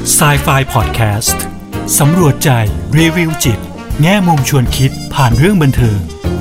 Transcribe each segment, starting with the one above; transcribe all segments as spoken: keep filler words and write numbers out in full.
Sci-Fi Podcast สำรวจใจรีวิวจิตแง่มุมชวนคิดผ่านเรื่องบันเทิง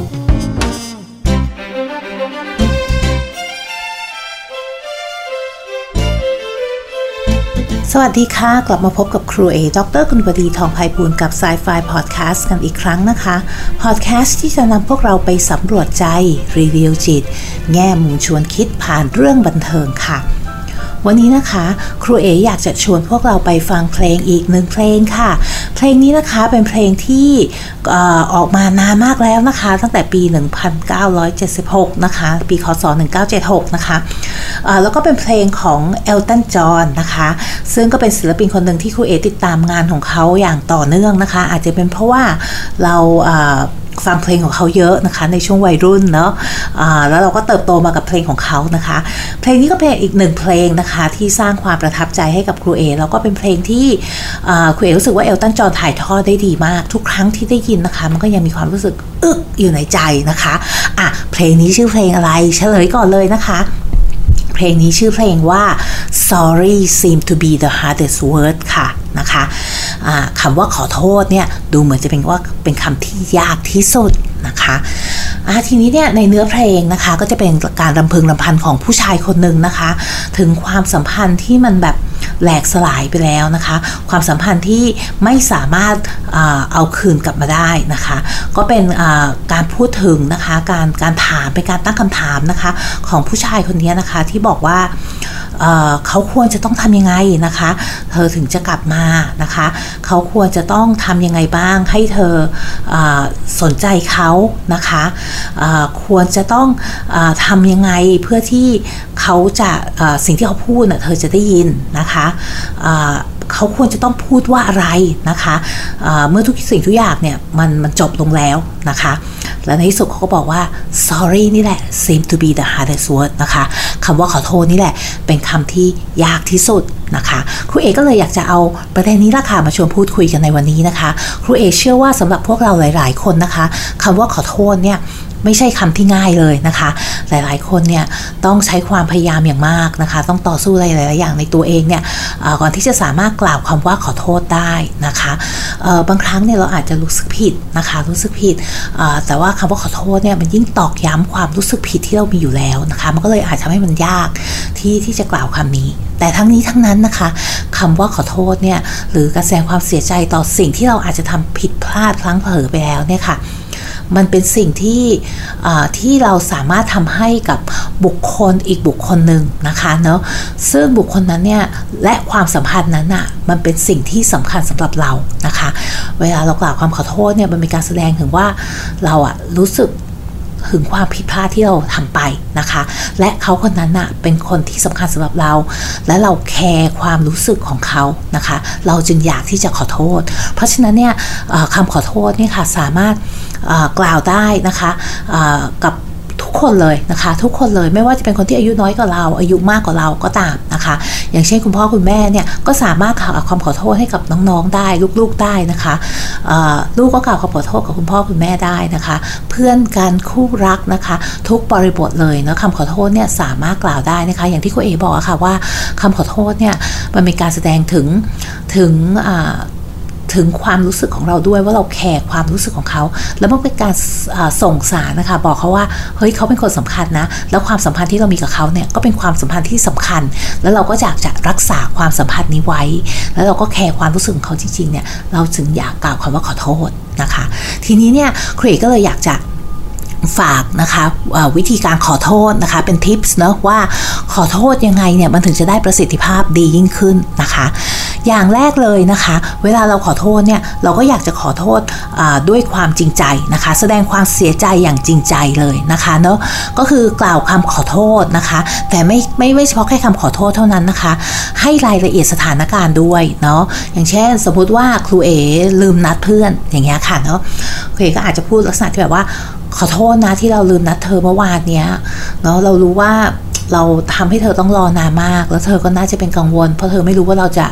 สวัสดีค่ะกลับมาพบกับครูเอดรกุลวดีทองไพบูลย์กับ Sci-Fi Podcast กันอีกครั้งนะคะ Podcast ที่จะนำพวกเราไปสำรวจใจรีวิวจิตแง่มุมชวนคิดผ่านเรื่องบันเทิงค่ะวันนี้นะคะครูเออยากจะชวนพวกเราไปฟังเพลงอีกหนึ่งเพลงค่ะเพลงนี้นะคะเป็นเพลงที่ออกมานานมากแล้วนะคะตั้งแต่ปีหนึ่งพันเก้าร้อยเจ็ดสิบหกนะคะปีคศหนึ่งพันเก้าร้อยเจ็ดสิบหกนะคะแล้วก็เป็นเพลงของเอลตันจอห์นนะคะซึ่งก็เป็นศิลปินคนหนึ่งที่ครูเอติดตามงานของเขาอย่างต่อเนื่องนะคะอาจจะเป็นเพราะว่าเราฟังเพลงของเขาเยอะนะคะในช่วงวัยรุ่นเนาะะแล้วเราก็เติบโตมากับเพลงของเขานะคะเพลงนี้ก็เป็นอีกหนึ่งเพลงนะคะที่สร้างความประทับใจให้กับครูเอแล้วก็เป็นเพลงที่ครูเอรู้สึกว่าเอลตันจอห์นถ่ายทอดได้ดีมากทุกครั้งที่ได้ยินนะคะมันก็ยังมีความรู้สึกอึกอยู่ในใจนะคะอ่ะเพลงนี้ชื่อเพลงอะไรเฉลยก่อนเลยนะคะเพลงนี้ชื่อเพลงว่า Sorry seem to be the hardest word ค่ะนะคะคำว่าขอโทษเนี่ยดูเหมือนจะเป็นว่าเป็นคำที่ยากที่สุดนะคะทีนี้เนี่ยในเนื้อเพลงนะคะก็จะเป็นการรำพึงรำพันของผู้ชายคนหนึ่งนะคะถึงความสัมพันธ์ที่มันแบบแหลกสลายไปแล้วนะคะความสัมพันธ์ที่ไม่สามารถเอาคืนกลับมาได้นะคะก็เป็นการพูดถึงนะคะการการถามเป็นการตั้งคำถามนะคะของผู้ชายคนนี้นะคะที่บอกว่าเอ่อเขาควรจะต้องทำยังไงนะคะเธอถึงจะกลับมานะคะเขาควรจะต้องทำยังไงบ้างให้เธอเอ่อสนใจเขานะคะเอ่อควรจะต้องเอ่อทำยังไงเพื่อที่เขาจะเอ่อสิ่งที่เขาพูดน่ะเธอจะได้ยินนะคะเอ่อเขาควรจะต้องพูดว่าอะไรนะคะเเมื่อทุกสิ่งทุกอย่างเนี่ยมันมันจบลงแล้วนะคะและในที่สุดเขาก็บอกว่า sorry นี่แหละ seem to be the hardest word นะคะคำว่าขอโทษนี่แหละเป็นคำที่ยากที่สุดนะคะครูเอก็เลยอยากจะเอาประเด็นนี้ละค่ะมาชวนพูดคุยกันในวันนี้นะคะครูเอเชื่อว่าสำหรับพวกเราหลายๆคนนะคะคำว่าขอโทษเนี่ยไม่ใช่คำที่ง่ายเลยนะคะหลายๆคนเนี่ยต้องใช้ความพยายามอย่างมากนะคะต้องต่อสู้อะไรหลายๆอย่างในตัวเองเนี่ยก่อนที่จะสามารถกล่าวคำว่าขอโทษได้นะคะบางครั้งเนี่ยเราอาจจะรู้สึกผิดนะคะรู้สึกผิดแต่ว่าคำว่าขอโทษเนี่ยมันยิ่งตอกย้ำความรู้สึกผิดที่เรามีอยู่แล้วนะคะมันก็เลยอาจจะทำให้มันยากที่ที่จะกล่าวคำนี้แต่ทั้งนี้ทั้งนั้นนะคะคำว่าขอโทษเนี่ยหรือการแสดงความเสียใจต่อสิ่งที่เราอาจจะทำผิดพลาดพลั้งเผลอไปแล้วเนี่ยค่ะมันเป็นสิ่งที่ที่เราสามารถทำให้กับบุคคลอีกบุคคลหนึ่งนะคะเนาะซึ่งบุคคลนั้นเนี่ยและความสัมพันธ์นั้นอ่ะมันเป็นสิ่งที่สำคัญสำหรับเรานะคะเวลาเรากล่าวความขอโทษเนี่ยมันมีการแสดงถึงว่าเราอ่ะรู้สึกถึงความผิดพลาดที่เราทำไปนะคะและเขาคนนั้นน่ะเป็นคนที่สำคัญสำหรับเราและเราแคร์ความรู้สึกของเขานะคะเราจึงอยากที่จะขอโทษเพราะฉะนั้นเนี่ยคำขอโทษเนี่ยค่ะสามารถกล่าวได้นะคะกับทุกคนเลยนะคะทุกคนเลยไม่ว่าจะเป็นคนที่อายุน้อยกว่าเราอายุมากกว่าเราก็ตามนะคะอย่างเช่นคุณพ่อคุณแม่เนี่ยก็สามารถกล่าวความขอโทษให้กับน้องๆได้ลูกๆได้นะคะลูกก็กล่าวคำขอโทษกับคุณพ่อคุณแม่ได้นะคะเพื่อนกันคู่รักนะคะทุกบริบทเลยนะคำขอโทษเนี่ยสามารถกล่าวได้นะคะอย่างที่คุณเอบอกอะค่ะว่าคำขอโทษเนี่ยมันเป็นการแสดงถึงถึงถึงความรู้สึกของเราด้วยว่าเราแคร์ความรู้สึกของเขาแล้วมันเป็นการส่งสารนะคะบอกเขาว่าเฮ้ยเขาเป็นคนสำคัญนะแล้วความสัมพันธ์ที่เรามีกับเขาเนี่ยก็เป็นความสัมพันธ์ที่สำคัญแล้วเราก็อยากจะรักษาความสัมพันธ์นี้ไว้แล้วเราก็แคร์ความรู้สึกของเขาจริงๆเนี่ยเราจึงอยากกล่าวคำว่าขอโทษนะคะทีนี้เนี่ยครูเอกก็เลยอยากจะฝากนะคะวิธีการขอโทษนะคะเป็นทิปส์เนาะว่าขอโทษยังไงเนี่ยมันถึงจะได้ประสิทธิภาพดียิ่งขึ้นนะคะอย่างแรกเลยนะคะเวลาเราขอโทษเนี่ยเราก็อยากจะขอโทษด้วยความจริงใจนะคะแสดงความเสียใจอย่างจริงใจเลยนะคะเนาะก็คือกล่าวคำขอโทษนะคะแต่ไม่ไม่ไม่เฉพาะแค่คำขอโทษเท่านั้นนะคะให้รายละเอียดสถานการณ์ด้วยเนาะอย่างเช่นสมมติว่าครูเอลืมนัดเพื่อนอย่างเงี้ยค่ะเนาะครูเอก็อาจจะพูดลักษณะที่แบบว่าขอโทษนะที่เราลืมนัดเธอเมื่อวานเนี้ยเนาะเรารู้ว่าเราทำให้เธอต้องรอนานมากแล้วเธอก็น่าจะเป็นกังวลเพราะเธอไม่รู้ว่าเราจะ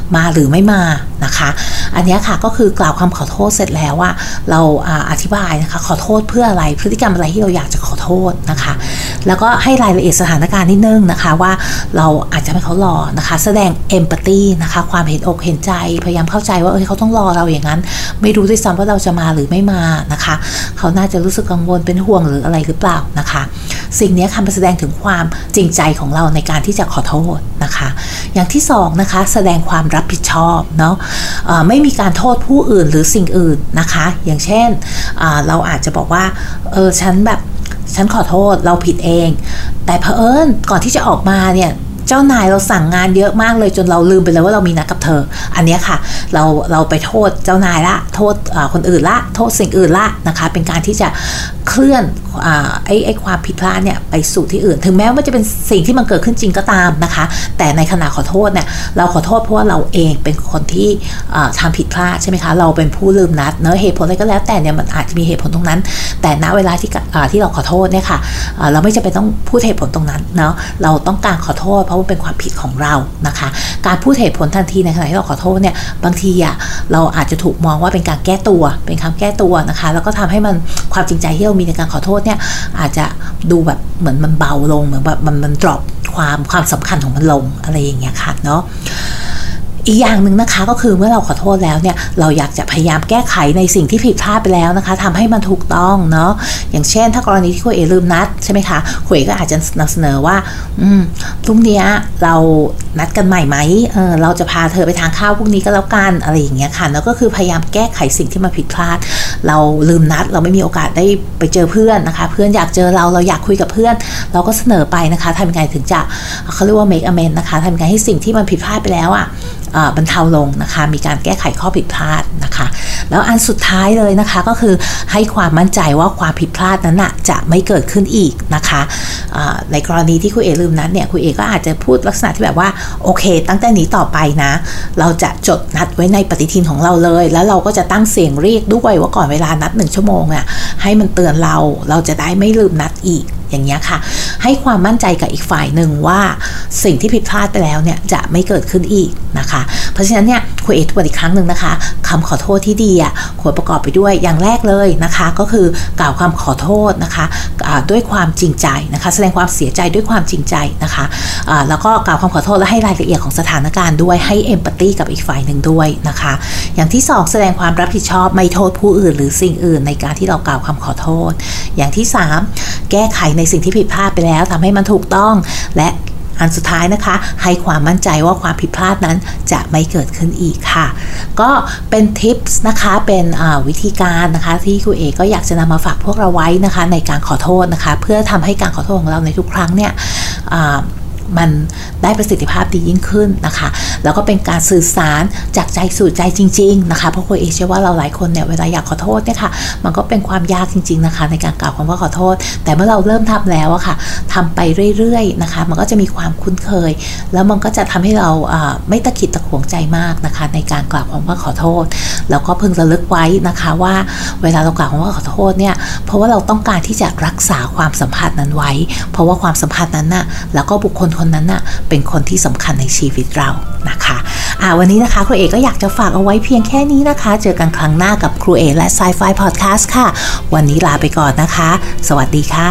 มาหรือไม่มานะคะอันนี้ค่ะก็คือกล่าวคำขอโทษเสร็จแล้วว่าเราอธิบายนะคะขอโทษเพื่ออะไรพฤติกรรมอะไรที่เราอยากจะขอโทษนะคะแล้วก็ให้รายละเอียดสถานการณ์นิดนึงนะคะว่าเราอาจจะไม่เขารอนะคะแสดงเอมพัตตีนะคะความเห็นอกเห็นใจพยายามเข้าใจว่าเออเขาต้องรอเราอย่างนั้นไม่รู้ด้วยซ้ำว่าเราจะมาหรือไม่มานะคะเขาน่าจะรู้สึกกังวลเป็นห่วงหรืออะไรหรือเปล่านะคะสิ่งนี้คำแสดงถึงความจริงใจของเราในการที่จะขอโทษนะคะอย่างที่สองนะคะแสดงความรับผิดชอบเนาะไม่มีการโทษผู้อื่นหรือสิ่งอื่นนะคะอย่างเช่นเราอาจจะบอกว่าเออฉันแบบฉันขอโทษเราผิดเองแต่เผอิญก่อนที่จะออกมาเนี่ยเจ้านายเราสั่งงานเยอะมากเลยจนเราลืมไปเลยว่าเรามีนัดกับเธออันนี้ค่ะเราเราไปโทษเจ้านายละโทษคนอื่นละโทษสิ่งอื่นละนะคะเป็นการที่จะเคลื่อนไอ้ไอ้ความผิดพลาดเนี่ยไปสู่ที่อื่นถึงแม้ว่าจะเป็นสิ่งที่มันเกิดขึ้นจริงก็ตามนะคะแต่ในขณะขอโทษเนี่ยเราขอโทษเพราะว่าเราเองเป็นคนที่ทำผิดพลาดใช่ไหมคะเราเป็นผู้ลืมนัดเนอะเหตุผลอะไรก็แล้วแต่เนี่ยมันอาจจะมีเหตุผลตรงนั้นแต่ณเวลาที่ที่เราขอโทษเนี่ยค่ะเราไม่จำเป็นต้องพูดเหตุผลตรงนั้นเนาะเราต้องการขอโทษเพราะว่าเป็นความผิดของเรานะคะการพูดเหตุผลทันทีในขณะที่เราขอโทษเนี่ยบางทีอ่ะเราอาจจะถูกมองว่าเป็นการแก้ตัวเป็นคำแก้ตัวนะคะแล้วก็ทำให้มันความจริงใจที่เรามีในการขอโทษเนี่ยอาจจะดูแบบเหมือนมันเบาลงเหมือนแบบมันมันดรอปความความสำคัญของมันลงอะไรอย่างเงี้ยค่ะเนาะอีกอย่างหนึ่งนะคะก็คือเมื่อเราขอโทษแล้วเนี่ยเราอยากจะพยายามแก้ไขในสิ่งที่ผิดพลาดไปแล้วนะคะทำให้มันถูกต้องเนาะอย่างเช่นถ้ากรณีที่คุณเอลืมนัดใช่ไหมคะคุณเอก็อาจจะนำเสนอว่าอืมพรุ่งนี้เรานัดกันใหม่ไหมเออเราจะพาเธอไปทานข้าวพรุ่งนี้ก็แล้วกันอะไรอย่างเงี้ยค่ะแล้วก็คือพยายามแก้ไขสิ่งที่มันผิดพลาดเราลืมนัดเราไม่มีโอกาสได้ไปเจอเพื่อนนะคะเพื่อนอยากเจอเราเราอยากคุยกับเพื่อนเราก็เสนอไปนะคะทำยังไงถึงจะเขาเรียกว่า make amends นะคะทำยังไงให้สิ่งที่มันผิดพลาดไปแล้วอ่ะบรรเทาลงนะคะมีการแก้ไขข้อผิดพลาดนะคะแล้วอันสุดท้ายเลยนะคะก็คือให้ความมั่นใจว่าความผิดพลาดนั้นนะจะไม่เกิดขึ้นอีกนะคะในกรณีที่คุณเอลืมนัดเนี่ยคุณเอก็อาจจะพูดลักษณะที่แบบว่าโอเคตั้งแต่นี้ต่อไปนะเราจะจดนัดไว้ในปฏิทินของเราเลยแล้วเราก็จะตั้งเสียงเรียกด้วยว่าก่อนเวลานัดหนึ่งชั่วโมงอ่ะให้มันเตือนเราเราจะได้ไม่ลืมนัดอีกอย่างเงี้ยค่ะให้ความมั่นใจกับอีกฝ่ายหนึ่งว่าสิ่งที่ผิดพลาดไปแล้วเนี่ยจะไม่เกิดขึ้นอีกนะคะเพราะฉะนั้นเนี่ยคุณเอทวนอีกครั้งหนึ่งนะคะคำขอโทษที่ดีอ่ะควรประกอบไปด้วยอย่างแรกเลยนะคะก็คือกล่าวความขอโทษนะคะด้วยความจริงใจนะคะแสดงความเสียใจด้วยความจริงใจนะคะแล้วก็กล่าวความขอโทษและให้รายละเอียดของสถานการณ์ด้วยให้เอมพัตตีกับอีกฝ่ายหนึ่งด้วยนะคะอย่างที่สองแสดงความรับผิดชอบไม่โทษผู้อื่นหรือสิ่งอื่นในการที่เรากล่าวคำขอโทษอย่างที่สามแก้ไขในสิ่งที่ผิดพลาดไปแล้วทำให้มันถูกต้องและอันสุดท้ายนะคะให้ความมั่นใจว่าความผิดพลาดนั้นจะไม่เกิดขึ้นอีกค่ะก็เป็นทิปส์นะคะเป็นวิธีการนะคะที่ครูเอก็อยากจะนำมาฝากพวกเราไว้นะคะในการขอโทษนะคะเพื่อทำให้การขอโทษของเราในทุกครั้งเนี่ยมันได้ประสิทธิภาพดียิ่งขึ้นนะคะแล้วก็เป็นการสื่อสารจากใจสู่ใจจริงๆนะคะเพราะคุณเอเชื่อว่าเราหลายคนเนี่ยเวลาอยากขอโทษเนี่ยค่ะมันก็เป็นความยากจริงๆนะคะในการกล่าวคำว่าขอโทษแต่เมื่อเราเริ่มทำแล้วอะค่ะทำไปเรื่อยๆนะคะมันก็จะมีความคุ้นเคยแล้วมันก็จะทำให้เราไม่ตะขิดตะขวงใจมากนะคะในการกล่าวคำว่าขอโทษแล้วก็พึงระลึกไว้นะคะว่าเวลาเรากล่าวคำว่าขอโทษเนี่ยเพราะว่าเราต้องการที่จะรักษาความสัมพันธ์นั้นไว้เพราะว่าความสัมพันธ์นั้นน่ะแล้วก็บุคคลคนนั้นน่ะเป็นคนที่สำคัญในชีวิตเรานะคะอ่าวันนี้นะคะครูเอก็อยากจะฝากเอาไว้เพียงแค่นี้นะคะเจอกันครั้งหน้ากับครูเอและ Sci-Fi Podcast ค่ะวันนี้ลาไปก่อนนะคะสวัสดีค่ะ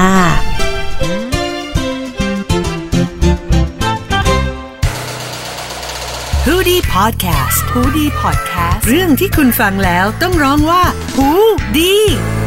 Hoodie Podcast Hoodie Podcast เรื่องที่คุณฟังแล้วต้องร้องว่าหูดี